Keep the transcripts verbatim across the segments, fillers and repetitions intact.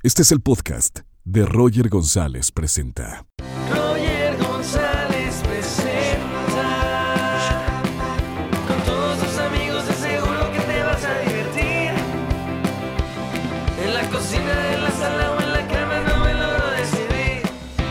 Este es el podcast de Roger González Presenta. Roger González Presenta. Con todos tus amigos de seguro que te vas a divertir. En la cocina, en la sala o en la cama no me logro decidir.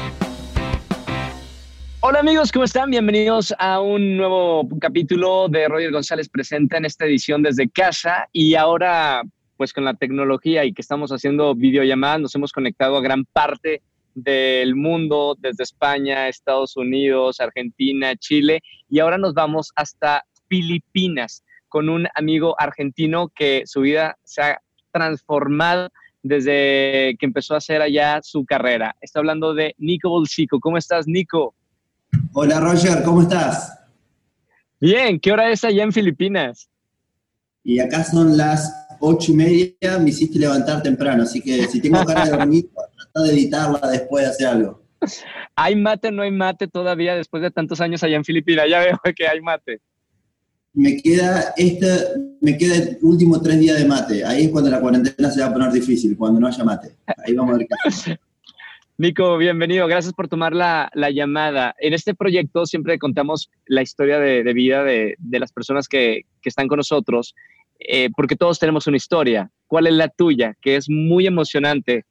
Hola amigos, ¿cómo están? Bienvenidos a un nuevo capítulo de Roger González Presenta en esta edición desde casa. Y ahora, pues con la tecnología y que estamos haciendo videollamadas, nos hemos conectado a gran parte del mundo, desde España, Estados Unidos, Argentina, Chile, y ahora nos vamos hasta Filipinas con un amigo argentino que su vida se ha transformado desde que empezó a hacer allá su carrera. Está hablando de Nico Bolsico. ¿Cómo estás, Nico? Hola Roger, ¿cómo estás? Bien, ¿qué hora es allá en Filipinas? Y acá son las ocho y media, me hiciste levantar temprano, así que si tengo ganas de dormir, trata de editarla después de hacer algo. ¿Hay mate o no hay mate todavía después de tantos años allá en Filipinas? Ya veo que hay mate. Me queda este, me queda el último tres días de mate. Ahí es cuando la cuarentena se va a poner difícil, cuando no haya mate. Ahí vamos a ver qué hacer. Nico, bienvenido. Gracias por tomar la, la llamada. En este proyecto siempre contamos la historia de, de vida de, de las personas que, que están con nosotros, eh, porque todos tenemos una historia. ¿Cuál es la tuya? Que es muy emocionante.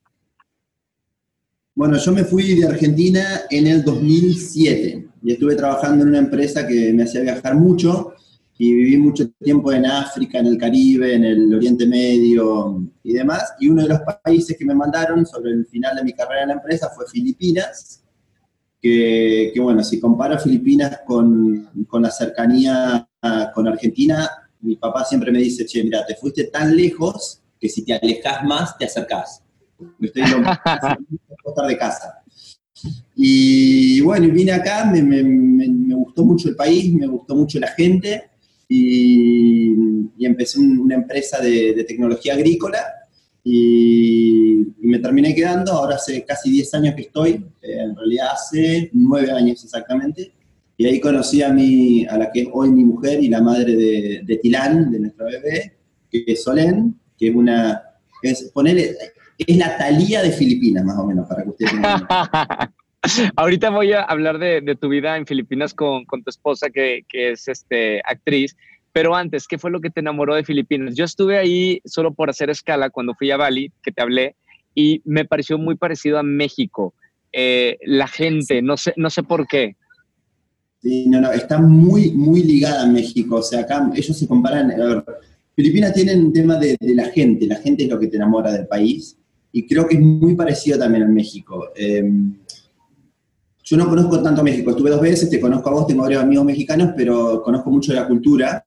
Bueno, yo me fui de Argentina en el dos mil siete y estuve trabajando en una empresa que me hacía viajar mucho y viví mucho tiempo en África, en el Caribe, en el Oriente Medio y demás. Y uno de los países que me mandaron sobre el final de mi carrera en la empresa fue Filipinas, que, que bueno, si comparo Filipinas con, con la cercanía a, con Argentina, mi papá siempre me dice, che, mira, te fuiste tan lejos que si te alejas más, te acercás. Estoy lo más estar de casa. Y bueno, vine acá, me, me, me, me gustó mucho el país, me gustó mucho la gente, y, y empecé un, una empresa de, de tecnología agrícola, y, y me terminé quedando. Ahora hace casi diez años que estoy, eh, en realidad hace nueve años exactamente, y ahí conocí a, mi, a la que es hoy mi mujer y la madre de, de Tilán, de nuestra bebé, que es Solén, que es una, que es, ponele, es la Thalía de Filipinas, más o menos, para que ustedes tengan. Ahorita voy a hablar de, de tu vida en Filipinas con, con tu esposa, que, que es este, actriz. Pero antes, ¿qué fue lo que te enamoró de Filipinas? Yo estuve ahí solo por hacer escala cuando fui a Bali, que te hablé, y me pareció muy parecido a México. Eh, la gente, no sé, no sé por qué. Sí, no, no, está muy, muy ligada a México. O sea, acá ellos se comparan. A ver, Filipinas tienen un tema de, de la gente. La gente es lo que te enamora del país. Y creo que es muy parecido también a México. Eh, yo no conozco tanto a México. Estuve dos veces, te conozco a vos, tengo varios amigos mexicanos, pero conozco mucho de la cultura.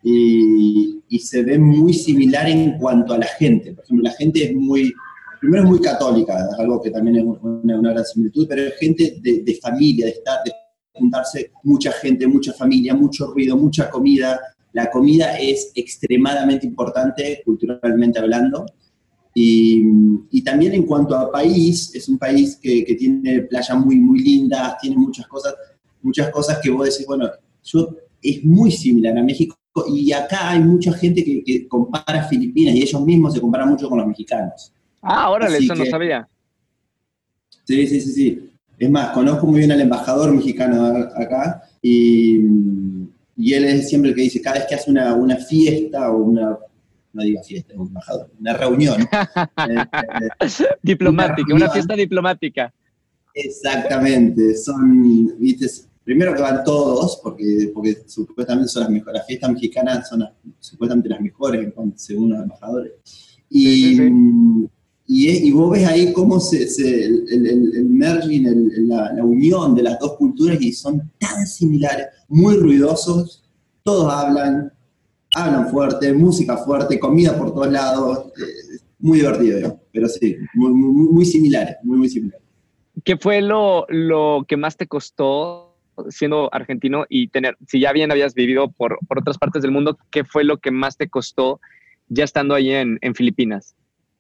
Y, y se ve muy similar en cuanto a la gente. Por ejemplo, la gente es muy... Primero es muy católica, es algo que también es una, una gran similitud, pero es gente de, de familia, de estar... De, juntarse mucha gente, mucha familia, mucho ruido, mucha comida. La comida es extremadamente importante culturalmente hablando. Y, y también en cuanto a país, es un país que, que tiene playas muy, muy lindas, tiene muchas cosas, muchas cosas que vos decís, bueno, yo, es muy similar a México, y acá hay mucha gente que, que compara Filipinas, y ellos mismos se comparan mucho con los mexicanos. Ah, órale, Así eso que, no sabía. Sí, sí, sí, sí. Es más, conozco muy bien al embajador mexicano acá, y, y él es siempre el que dice, cada vez que hace una, una fiesta o una, no diga fiesta, es un embajador, una reunión. eh, eh, Diplomática, una, una, una fiesta diplomática. Exactamente, son, viste, primero que van todos, porque, porque supuestamente son las mejores, las fiestas mexicanas son las, supuestamente las mejores, según los embajadores. Y... Sí, sí, sí. Y, y vos ves ahí cómo se, se, el, el, el merging, el, la, la unión de las dos culturas, y son tan similares, muy ruidosos, todos hablan, hablan fuerte, música fuerte, comida por todos lados, eh, muy divertido, ¿no? Pero sí, muy, muy, muy similares, muy, muy similares. ¿Qué fue lo, lo que más te costó siendo argentino y tener, si ya bien habías vivido por, por otras partes del mundo, qué fue lo que más te costó ya estando ahí en, en Filipinas?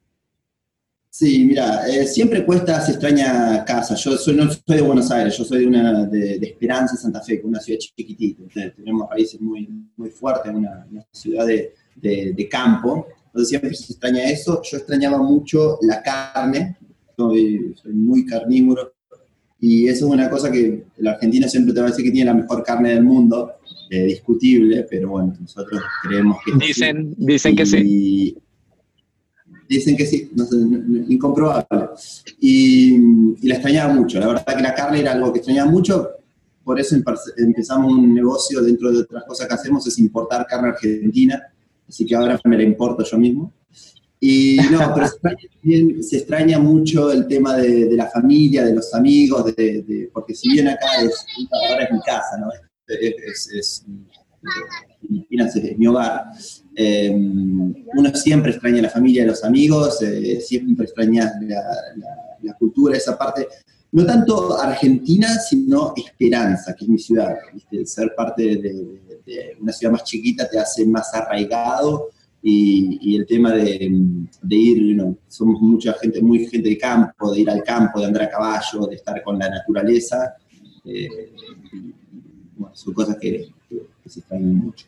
Sí, mira, eh, siempre cuesta, se extraña casa. Yo soy, no soy de Buenos Aires, yo soy de una de, de Esperanza, Santa Fe, que es una ciudad chiquitita. Entonces, tenemos raíces muy, muy fuertes, una, una ciudad de, de, de campo. entonces siempre se extraña eso. Yo extrañaba mucho la carne, soy, soy muy carnívoro, y eso es una cosa que la Argentina siempre te va a decir que tiene la mejor carne del mundo, eh, discutible, pero bueno, nosotros creemos que Dicen, sí. dicen y, que sí. Dicen que sí, no sé, incomprobable. Y, y la extrañaba mucho, la verdad que la carne era algo que extrañaba mucho, por eso empezamos un negocio, dentro de otras cosas que hacemos, es importar carne argentina, así que ahora me la importo yo mismo. Y no, pero se extraña, también, se extraña mucho el tema de, de la familia, de los amigos, de, de, porque si bien acá es, ahora es mi casa, ¿no? Es, es, es, Filipinas es mi hogar, eh, uno siempre extraña la familia y los amigos, eh, siempre extraña la, la, la cultura, esa parte, no tanto Argentina, sino Esperanza, que es mi ciudad, ¿viste? Ser parte de, de, de una ciudad más chiquita te hace más arraigado. Y, y el tema de, de ir, ¿no? Somos mucha gente, muy gente de campo, de ir al campo, de andar a caballo, de estar con la naturaleza, eh, y, bueno, son cosas que, que, que se extrañan mucho.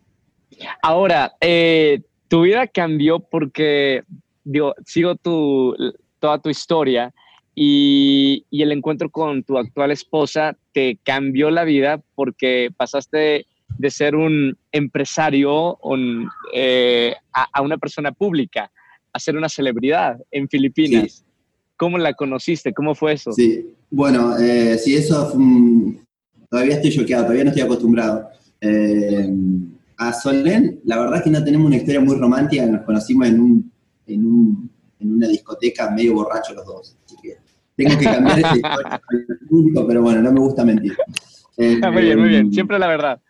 Ahora, eh, tu vida cambió porque, digo, sigo tu, toda tu historia y, y el encuentro con tu actual esposa te cambió la vida porque pasaste de ser un empresario un, eh, a, a una persona pública, a ser una celebridad en Filipinas. Sí. ¿Cómo la conociste? ¿Cómo fue eso? Sí, bueno, eh, sí, eso fue un... Todavía estoy choqueado, todavía no estoy acostumbrado. Eh, a Solén, la verdad es que no tenemos una historia muy romántica, nos conocimos en, un, en, un, en una discoteca medio borracho los dos. Así que tengo que cambiar esa historia al público, pero bueno, no me gusta mentir. Eh, muy bien, muy bien, siempre la verdad.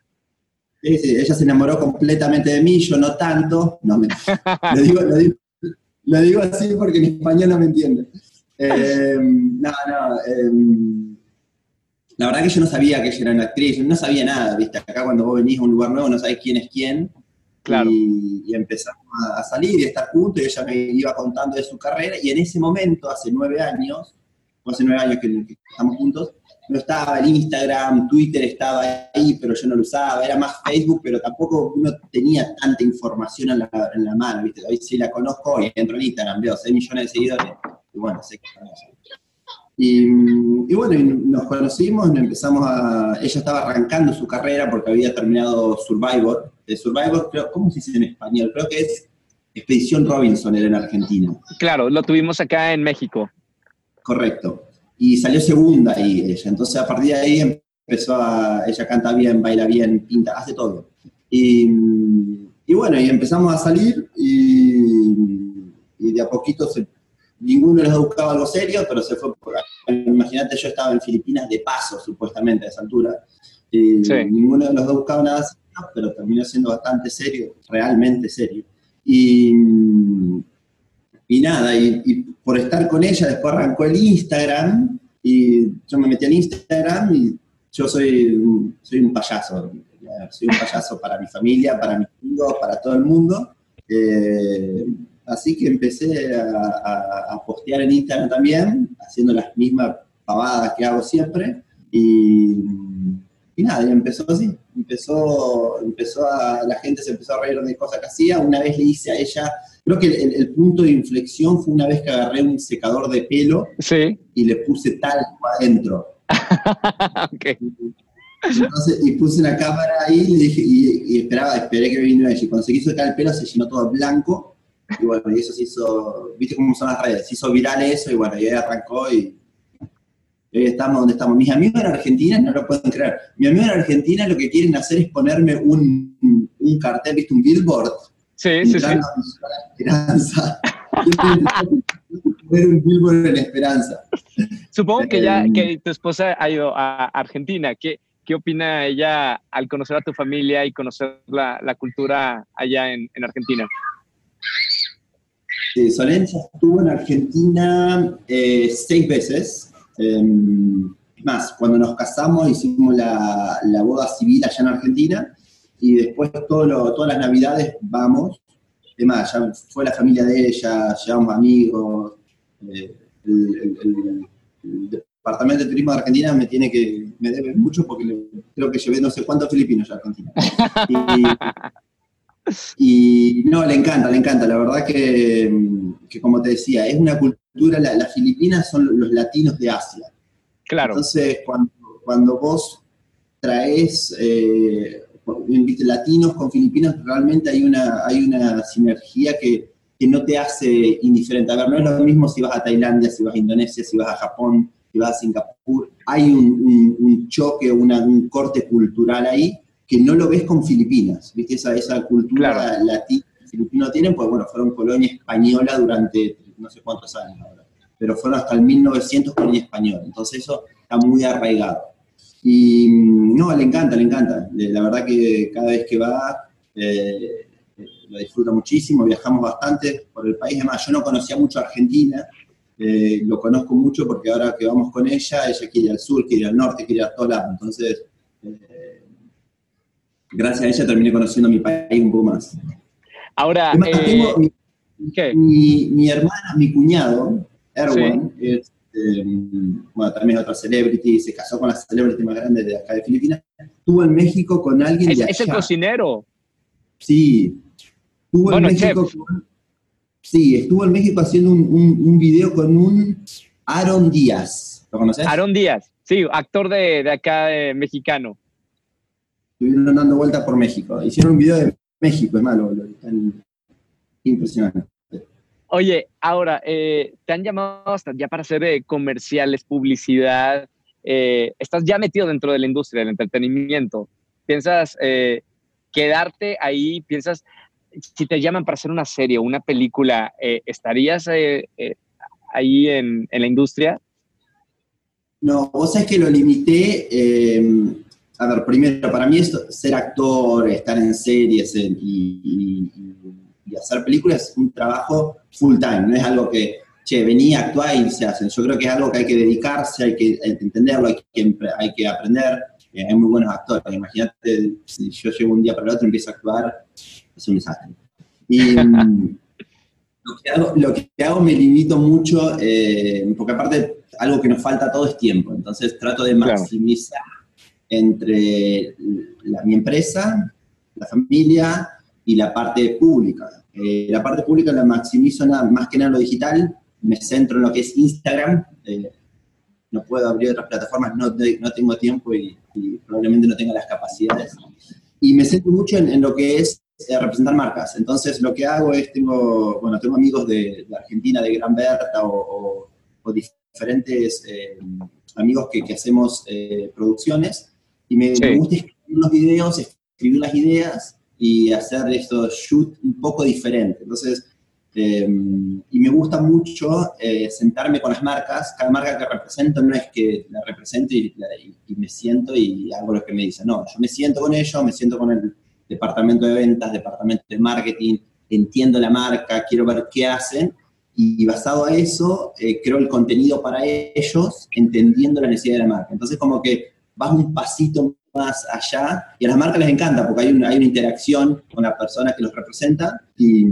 Sí, sí, ella se enamoró completamente de mí, yo no tanto. No, me, lo, digo, lo, digo, lo digo así porque en español no me entiende. Eh, no, no. Eh, la verdad que yo no sabía que ella era una actriz, no sabía nada, ¿viste? Acá cuando vos venís a un lugar nuevo no sabés quién es quién. Claro. Y, y empezamos a salir y a estar juntos y ella me iba contando de su carrera. Y en ese momento, hace nueve años, hace nueve años que, que estamos juntos, no estaba el Instagram, Twitter estaba ahí, pero yo no lo usaba, era más Facebook, pero tampoco uno tenía tanta información en la, en la mano, ¿viste? Hoy sí la conozco y entro en Instagram, veo seis millones de seguidores, y bueno, sé que conozco. Y, y bueno, y nos conocimos, nos empezamos a... Ella estaba arrancando su carrera porque había terminado Survivor. De Survivor, creo, ¿cómo se dice en español? Creo que es Expedición Robinson, era en Argentina. Claro, lo tuvimos acá en México. Correcto. Y salió segunda ahí ella. Entonces, a partir de ahí empezó a... Ella canta bien, baila bien, pinta, hace todo. Y, y bueno, y empezamos a salir y, y de a poquito se, ninguno de los dos buscaba algo serio, pero se fue por... Imagínate, yo estaba en Filipinas de paso, supuestamente, a esa altura. Y sí. Ninguno de los dos buscaba nada serio, pero terminó siendo bastante serio, realmente serio. Y... Y nada, y, y por estar con ella, después arrancó el Instagram, y yo me metí en Instagram, y yo soy, soy un payaso, soy un payaso para mi familia, para mis amigos, para todo el mundo. Eh, así que empecé a, a, a postear en Instagram también, haciendo las mismas pavadas que hago siempre, y, y nada, y empezó así, empezó, empezó a, la gente se empezó a reír de cosas que hacía. Una vez le hice a ella... Creo que el, el punto de inflexión fue una vez que agarré un secador de pelo sí. y le puse talco adentro. Okay. Entonces, y puse una cámara ahí y, le dije, y, y esperaba, esperé que viniera ella. Y cuando se quiso sacar el pelo se llenó todo blanco. Y bueno, y eso se hizo, viste cómo son las redes, se hizo viral eso y bueno, y ahí arrancó y, y hoy estamos donde estamos. Mis amigos en Argentina no lo pueden creer. Mis amigos en Argentina lo que quieren hacer es ponerme un, un cartel, viste, un billboard. Sí, sí, sí. Esperanza. Poner un billboard en Esperanza. Supongo que ya que tu esposa ha ido a Argentina. ¿Qué, qué opina ella al conocer a tu familia y conocer la, la cultura allá en, en Argentina? Eh, Solencia estuvo en Argentina eh, seis veces. Eh, más, cuando nos casamos hicimos la, la boda civil allá en Argentina. Y después todo lo, todas las navidades vamos, además, ya fue la familia de ella, llevamos amigos, eh, el, el, el, el Departamento de Turismo de Argentina me tiene que, me debe mucho porque le, creo que llevé no sé cuántos filipinos a Argentina. Y no, le encanta, le encanta. La verdad que, que como te decía, es una cultura, la- las Filipinas son los latinos de Asia. Claro, Entonces, cuando, cuando vos traes eh, ¿viste? Latinos con filipinos, realmente hay una, hay una sinergia que, que no te hace indiferente. A ver, no es lo mismo si vas a Tailandia, si vas a Indonesia, si vas a Japón, si vas a Singapur. Hay un, un- un choque, una- un corte cultural ahí que no lo ves con Filipinas. ¿Viste? Esa, esa cultura Claro. latina que los filipinos tienen, pues bueno, fueron colonia española durante no sé cuántos años ahora, pero fueron hasta el mil novecientos colonia española. Entonces eso está muy arraigado. Y mm, no, le encanta, le encanta. Le- La verdad que cada vez que va, eh, eh, lo disfruta muchísimo, viajamos bastante por el país. Además, yo no conocía mucho Argentina, eh, lo conozco mucho porque ahora que vamos con ella, ella quiere ir al sur, quiere ir al norte, quiere ir a todos lados. Entonces, eh, gracias a ella terminé conociendo mi país un poco más. Ahora, Es más, eh, tengo mi, ¿qué? mi, mi hermana, mi cuñado, Erwan, Sí. es, eh, bueno, también es otra celebrity, se casó con la celebrity más grande de acá de Filipinas, estuvo en México con alguien Es, de es el allá. cocinero. Sí, estuvo Bueno, en México chef. con- sí, estuvo en México haciendo un, un, un video con un Aaron Díaz. ¿Lo conoces? Aaron Díaz, sí, actor de, de acá, de mexicano. Estuvieron dando vueltas por México. Hicieron un video de México, es malo, lo, están impresionante. Oye, ahora, eh, te han llamado hasta ya para hacer eh, comerciales, publicidad. Eh, estás ya metido dentro de la industria del entretenimiento. ¿Piensas eh, quedarte ahí? ¿Piensas, si te llaman para hacer una serie o una película, eh, estarías eh, eh, ahí en, en la industria? No, vos sabés que lo limité. eh, a ver, primero, para mí esto, ser actor, estar en series eh, y, y- y hacer películas es un trabajo full time, no es algo que, che, vení, actúa y se hacen. Yo creo que es algo que hay que dedicarse, hay que entenderlo, hay que, hay que aprender. Eh, hay muy buenos actores. Imagínate, si yo llego un día para el otro y empiezo a actuar, es un desastre. Y mm, lo que hago, lo que hago me limito mucho, eh, porque aparte algo que nos falta a todo es tiempo. Entonces trato de Claro. maximizar entre la- mi empresa, la familia y la parte pública. Eh, la parte pública la maximizo nada, más que nada en lo digital, me centro en lo que es Instagram. eh, no puedo abrir otras plataformas, no, te- no tengo tiempo y, y probablemente no tenga las capacidades. Y me centro mucho en, en lo que es eh, representar marcas. Entonces lo que hago es, tengo, bueno, tengo amigos de, de Argentina, de Gran Berta o, o- o diferentes eh, amigos que, que hacemos eh, producciones y me, Sí. me gusta escribir los videos, escribir las ideas y hacer estos shoot un poco diferente. Entonces, eh, y me gusta mucho eh, sentarme con las marcas. Cada marca que represento no es que la represento y, la- y- y me siento y hago lo que me dicen. No, yo me siento con ellos, me siento con el departamento de ventas, departamento de marketing, entiendo la marca, quiero ver qué hacen y basado a eso eh, creo el contenido para ellos, entendiendo la necesidad de la marca. Entonces como que vas un pasito más allá y a las marcas les encanta porque hay una, hay una interacción con la persona que los representa y,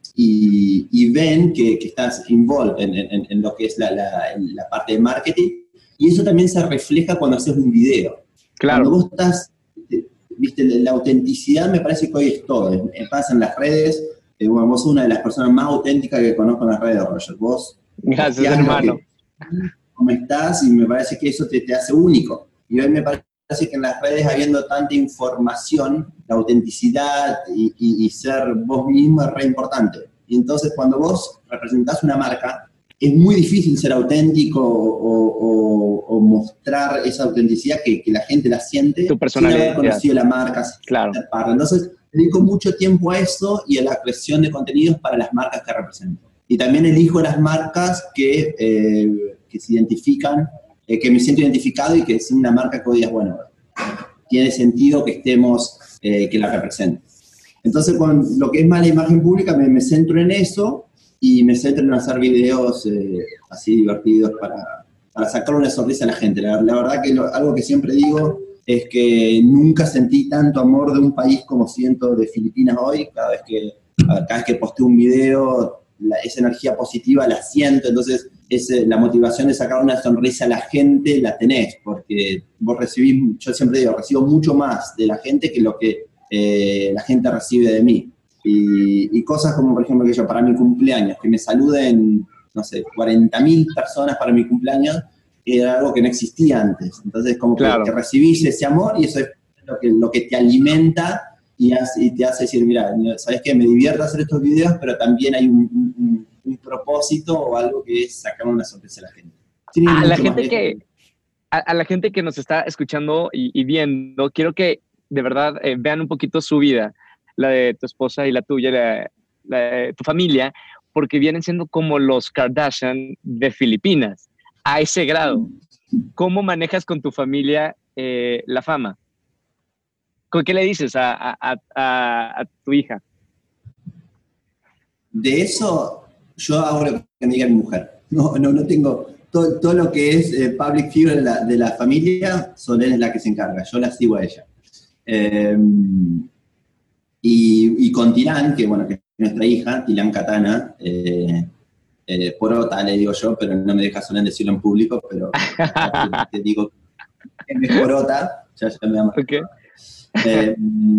y, y ven que, que estás involved en, en, en lo que es la, la, la parte de marketing y eso también se refleja cuando haces un video. Claro. Cuando vos estás, viste, la autenticidad me parece que hoy es todo, es- pasa en las redes. Eh, bueno, vos sos una de las personas más auténticas que conozco en las redes, Roger. Vos Gracias, posteás lo hermano. que- cómo estás y me parece que eso te, te hace único. Y hoy me parece que en las redes, habiendo tanta información, la autenticidad y, y- y ser vos mismo es re importante. Y entonces cuando vos representás una marca, es muy difícil ser auténtico o, o- o mostrar esa autenticidad que, que la gente la siente Tu sin personalidad. haber conocido la marca, sin Claro. ser parte. Entonces, dedico mucho tiempo a eso y a la creación de contenidos para las marcas que represento. Y también elijo las marcas que, eh, que se identifican, eh, que me siento identificado y que es una marca que hoy es, bueno, tiene sentido que estemos, eh, que la represente. Entonces, con lo que es más la imagen pública, me, me centro en eso y me centro en hacer videos eh, así divertidos para, para sacarle una sonrisa a la gente. La, la verdad que lo, algo que siempre digo es que nunca sentí tanto amor de un país como siento de Filipinas hoy. Cada vez que, cada vez que posteo un video, la, esa energía positiva la siento. Entonces, ese, la motivación de sacar una sonrisa a la gente la tenés, porque vos recibís, yo siempre digo, recibo mucho más de la gente que lo que eh, la gente recibe de mí. Y, y cosas como, por ejemplo, que yo para mi cumpleaños, que me saluden, no sé, cuarenta mil personas para mi cumpleaños, era algo que no existía antes. Entonces, como Claro. que, que recibís ese amor y eso es lo que, lo que te alimenta y, hace, y te hace decir, mira, ¿sabes qué? Me divierto hacer estos videos, pero también hay un, un, un propósito o algo que es sacar una sonrisa a la gente. Sin ir A la mucho más gente lejos. que, a, a la gente que nos está escuchando y, y viendo, quiero que de verdad eh, vean un poquito su vida, la de tu esposa y la tuya, la, la de tu familia, porque vienen siendo como los Kardashian de Filipinas, a ese grado. ¿Cómo manejas con tu familia eh, la fama? ¿Con qué le dices a, a, a, a, a tu hija? De eso, yo hago lo que me diga mi mujer. No, no, no tengo... Todo, todo lo que es eh, public figure de la, de la familia, son él la que se encarga. Yo la sigo a ella. Eh, y, y con Tilán, que bueno, que es nuestra hija, Tilán Katana, eh, eh, porota le digo yo, pero no me deja sonar decirlo en público, pero te, te digo que es porota, ya, ya me llama. Okay. Eh,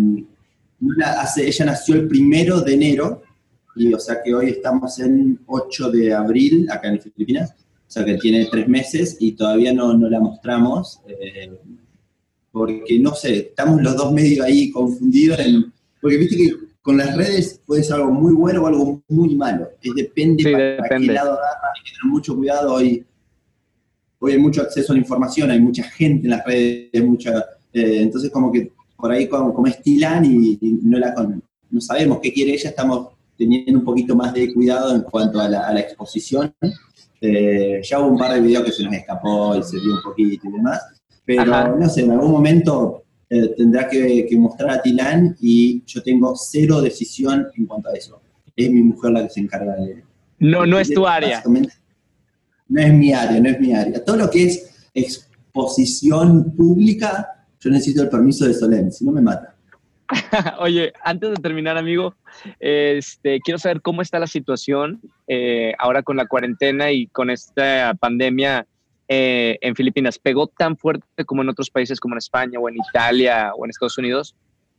hace, ella nació el primero de enero, y o sea que hoy estamos en ocho de abril, acá en Filipinas, o sea que tiene tres meses y todavía no, no la mostramos, eh, porque no sé, estamos los dos medio ahí confundidos, en, porque viste que con las redes puede ser algo muy bueno o algo muy malo, es, depende sí, para, depende. para qué lado agarra, hay que tener mucho cuidado, hoy, hoy hay mucho acceso a la información, hay mucha gente en las redes, hay mucha, eh, entonces como que por ahí como, como es Tilán y, y no, la con, no sabemos qué quiere ella, estamos teniendo un poquito más de cuidado en cuanto a la, a la exposición. Eh, ya hubo un par de videos que se nos escapó y se vio un poquito y demás, pero Ajá. no sé, en algún momento eh, tendrá que, que mostrar a Tilán y yo tengo cero decisión en cuanto a eso. Es mi mujer la que se encarga de... No, de, no de, es tu área. No es mi área, no es mi área. Todo lo que es exposición pública, yo necesito el permiso de Solén, si no me mata. Oye, antes de terminar, amigo, este, quiero saber cómo está la situación eh, ahora con la cuarentena y con esta pandemia eh, en Filipinas. ¿Pegó tan fuerte como en otros países como en España o en Italia o en Estados Unidos?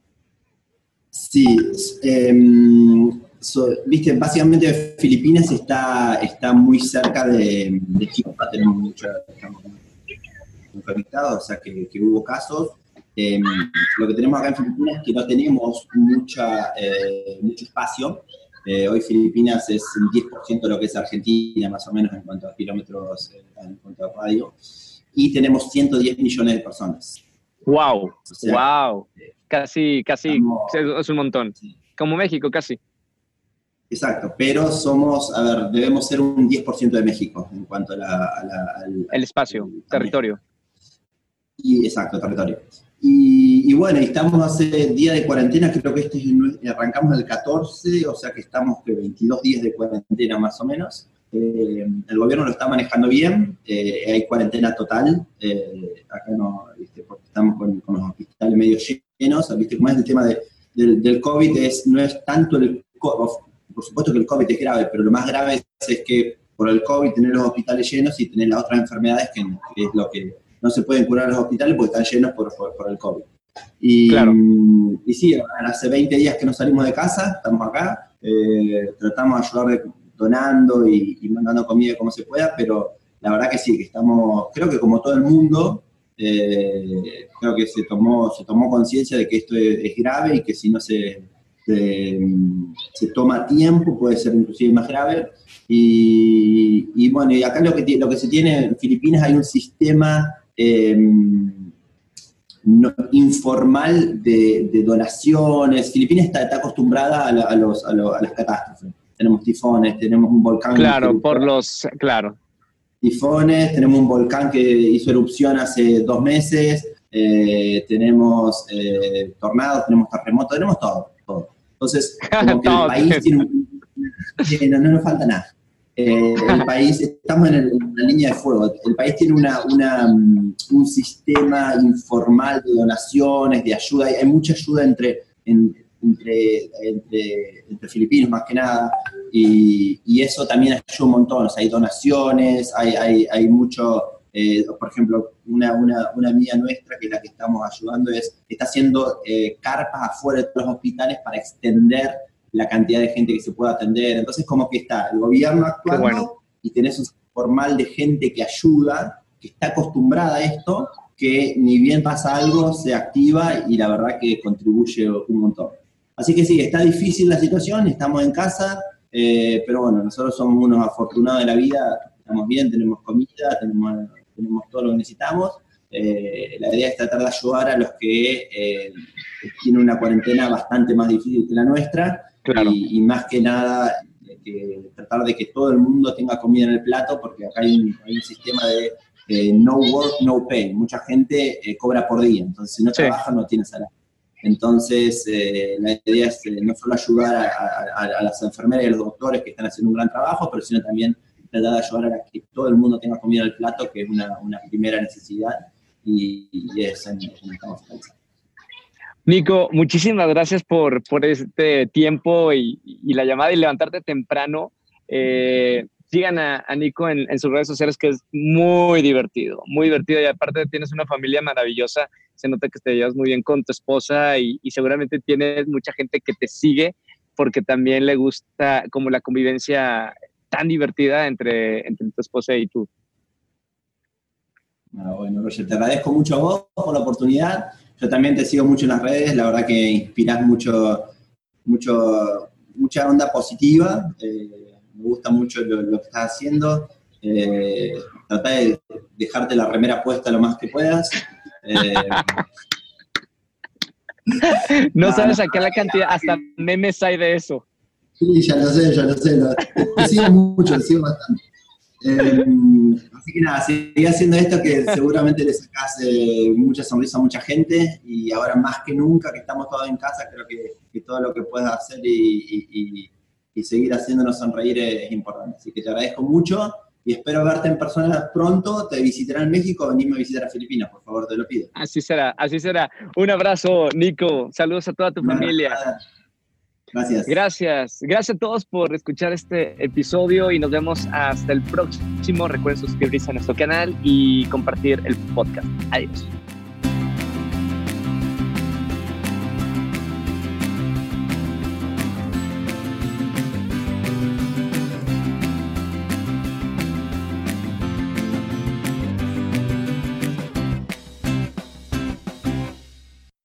Sí, eh, so, viste, básicamente Filipinas está, está muy cerca de, de China, tenemos mucho, estamos muy conectados, o sea que, que hubo casos. Eh, lo que tenemos acá en Filipinas es que no tenemos mucha, eh, mucho espacio. Eh, hoy Filipinas es un diez por ciento de lo que es Argentina, más o menos, en cuanto a kilómetros, eh, en cuanto a radio. Y tenemos ciento diez millones de personas. ¡Wow! O sea, ¡Wow! Eh, casi, casi, estamos, es un montón. Sí. Como México, casi. Exacto, pero somos, a ver, debemos ser un diez por ciento de México en cuanto a la... A la al, El espacio, al, territorio. Y, exacto, territorio. Y, y bueno, estamos hace día de cuarentena, creo que este es, arrancamos el catorce, o sea que estamos que veintidós días de cuarentena más o menos. Eh, el gobierno lo está manejando bien, eh, hay cuarentena total, eh, acá no, ¿viste? Porque estamos con, con los hospitales medio llenos, ¿viste? Como es el tema de, del, del COVID, es, no es tanto el COVID, por supuesto que el COVID es grave, pero lo más grave es, es que por el COVID tener los hospitales llenos y tener las otras enfermedades que, que es lo que... no se pueden curar los hospitales porque están llenos por, por, por el COVID. Y, claro. y sí, hace veinte días que no salimos de casa, estamos acá, eh, tratamos de ayudar donando y, y mandando comida como se pueda, pero la verdad que sí, que estamos, creo que como todo el mundo, eh, creo que se tomó, se tomó conciencia de que esto es, es grave y que si no se, se, se toma tiempo puede ser inclusive más grave. Y, y bueno, y acá lo que, lo que se tiene en Filipinas hay un sistema Eh, no, informal de, de donaciones. Filipinas está, está acostumbrada a, la, a, los, a, lo, a las catástrofes. Tenemos tifones, tenemos un volcán. Claro, por los, claro. Tifones, tenemos un volcán que hizo erupción hace dos meses, eh, tenemos eh, tornados, tenemos terremotos, tenemos todo, todo. Entonces, como que el país tiene un, no, no nos falta nada. Eh, el país, estamos en, el, en la línea de fuego, el país tiene una, una, un sistema informal de donaciones, de ayuda, hay, hay mucha ayuda entre, en, entre, entre, entre filipinos más que nada, y, y eso también ayuda un montón, o sea, hay donaciones, hay, hay, hay mucho, eh, por ejemplo, una, una, una amiga nuestra que es la que estamos ayudando, es, está haciendo eh, carpas afuera de los hospitales para extender la cantidad de gente que se puede atender. Entonces, como que está el gobierno actuando bueno. y tenés un formal de gente que ayuda, que está acostumbrada a esto, que ni bien pasa algo, se activa y la verdad que contribuye un montón. Así que sí, está difícil la situación, estamos en casa, eh, pero bueno, nosotros somos unos afortunados de la vida, estamos bien, tenemos comida, tenemos, tenemos todo lo que necesitamos. Eh, la idea es tratar de ayudar a los que eh, tienen una cuarentena bastante más difícil que la nuestra, claro. y, y más que nada que tratar de que todo el mundo tenga comida en el plato, porque acá hay un, hay un sistema de eh, no work, no pay. Mucha gente eh, cobra por día, entonces si no sí. trabaja no tiene salario. Entonces eh, la idea es eh, no solo ayudar a, a, a las enfermeras y a los doctores que están haciendo un gran trabajo, pero sino también tratar de ayudar a que todo el mundo tenga comida en el plato, que es una, una primera necesidad, y, y es en lo que estamos pensando. Nico, muchísimas gracias por, por este tiempo y, y la llamada y levantarte temprano. Eh, sigan a, a Nico en, en sus redes sociales, que es muy divertido, muy divertido, y aparte tienes una familia maravillosa, se nota que te llevas muy bien con tu esposa y, y seguramente tienes mucha gente que te sigue porque también le gusta como la convivencia tan divertida entre, entre tu esposa y tú. Ah, bueno, Roger, te agradezco mucho a vos por la oportunidad. Yo también te sigo mucho en las redes, la verdad que inspirás mucho, mucho, mucha onda positiva, eh, me gusta mucho lo, lo que estás haciendo, eh, trata de dejarte la remera puesta lo más que puedas. Eh, no ah, sabes acá la cantidad, hasta memes hay de eso. Sí, ya lo sé, ya lo sé, lo, te sigo mucho, te sigo bastante. Eh, así que nada, seguí haciendo esto que seguramente le sacás eh, mucha sonrisa a mucha gente, y ahora más que nunca que estamos todos en casa, creo que, que todo lo que puedas hacer y, y, y seguir haciéndonos sonreír es, es importante. Así que te agradezco mucho y espero verte en persona pronto. Te visitaré en México, venime a visitar a Filipinas, por favor, te lo pido. Así será, así será. Un abrazo, Nico. Saludos a toda tu Una familia. Nada. Gracias. Gracias. Gracias a todos por escuchar este episodio y nos vemos hasta el próximo. Recuerden suscribirse a nuestro canal y compartir el podcast. Adiós.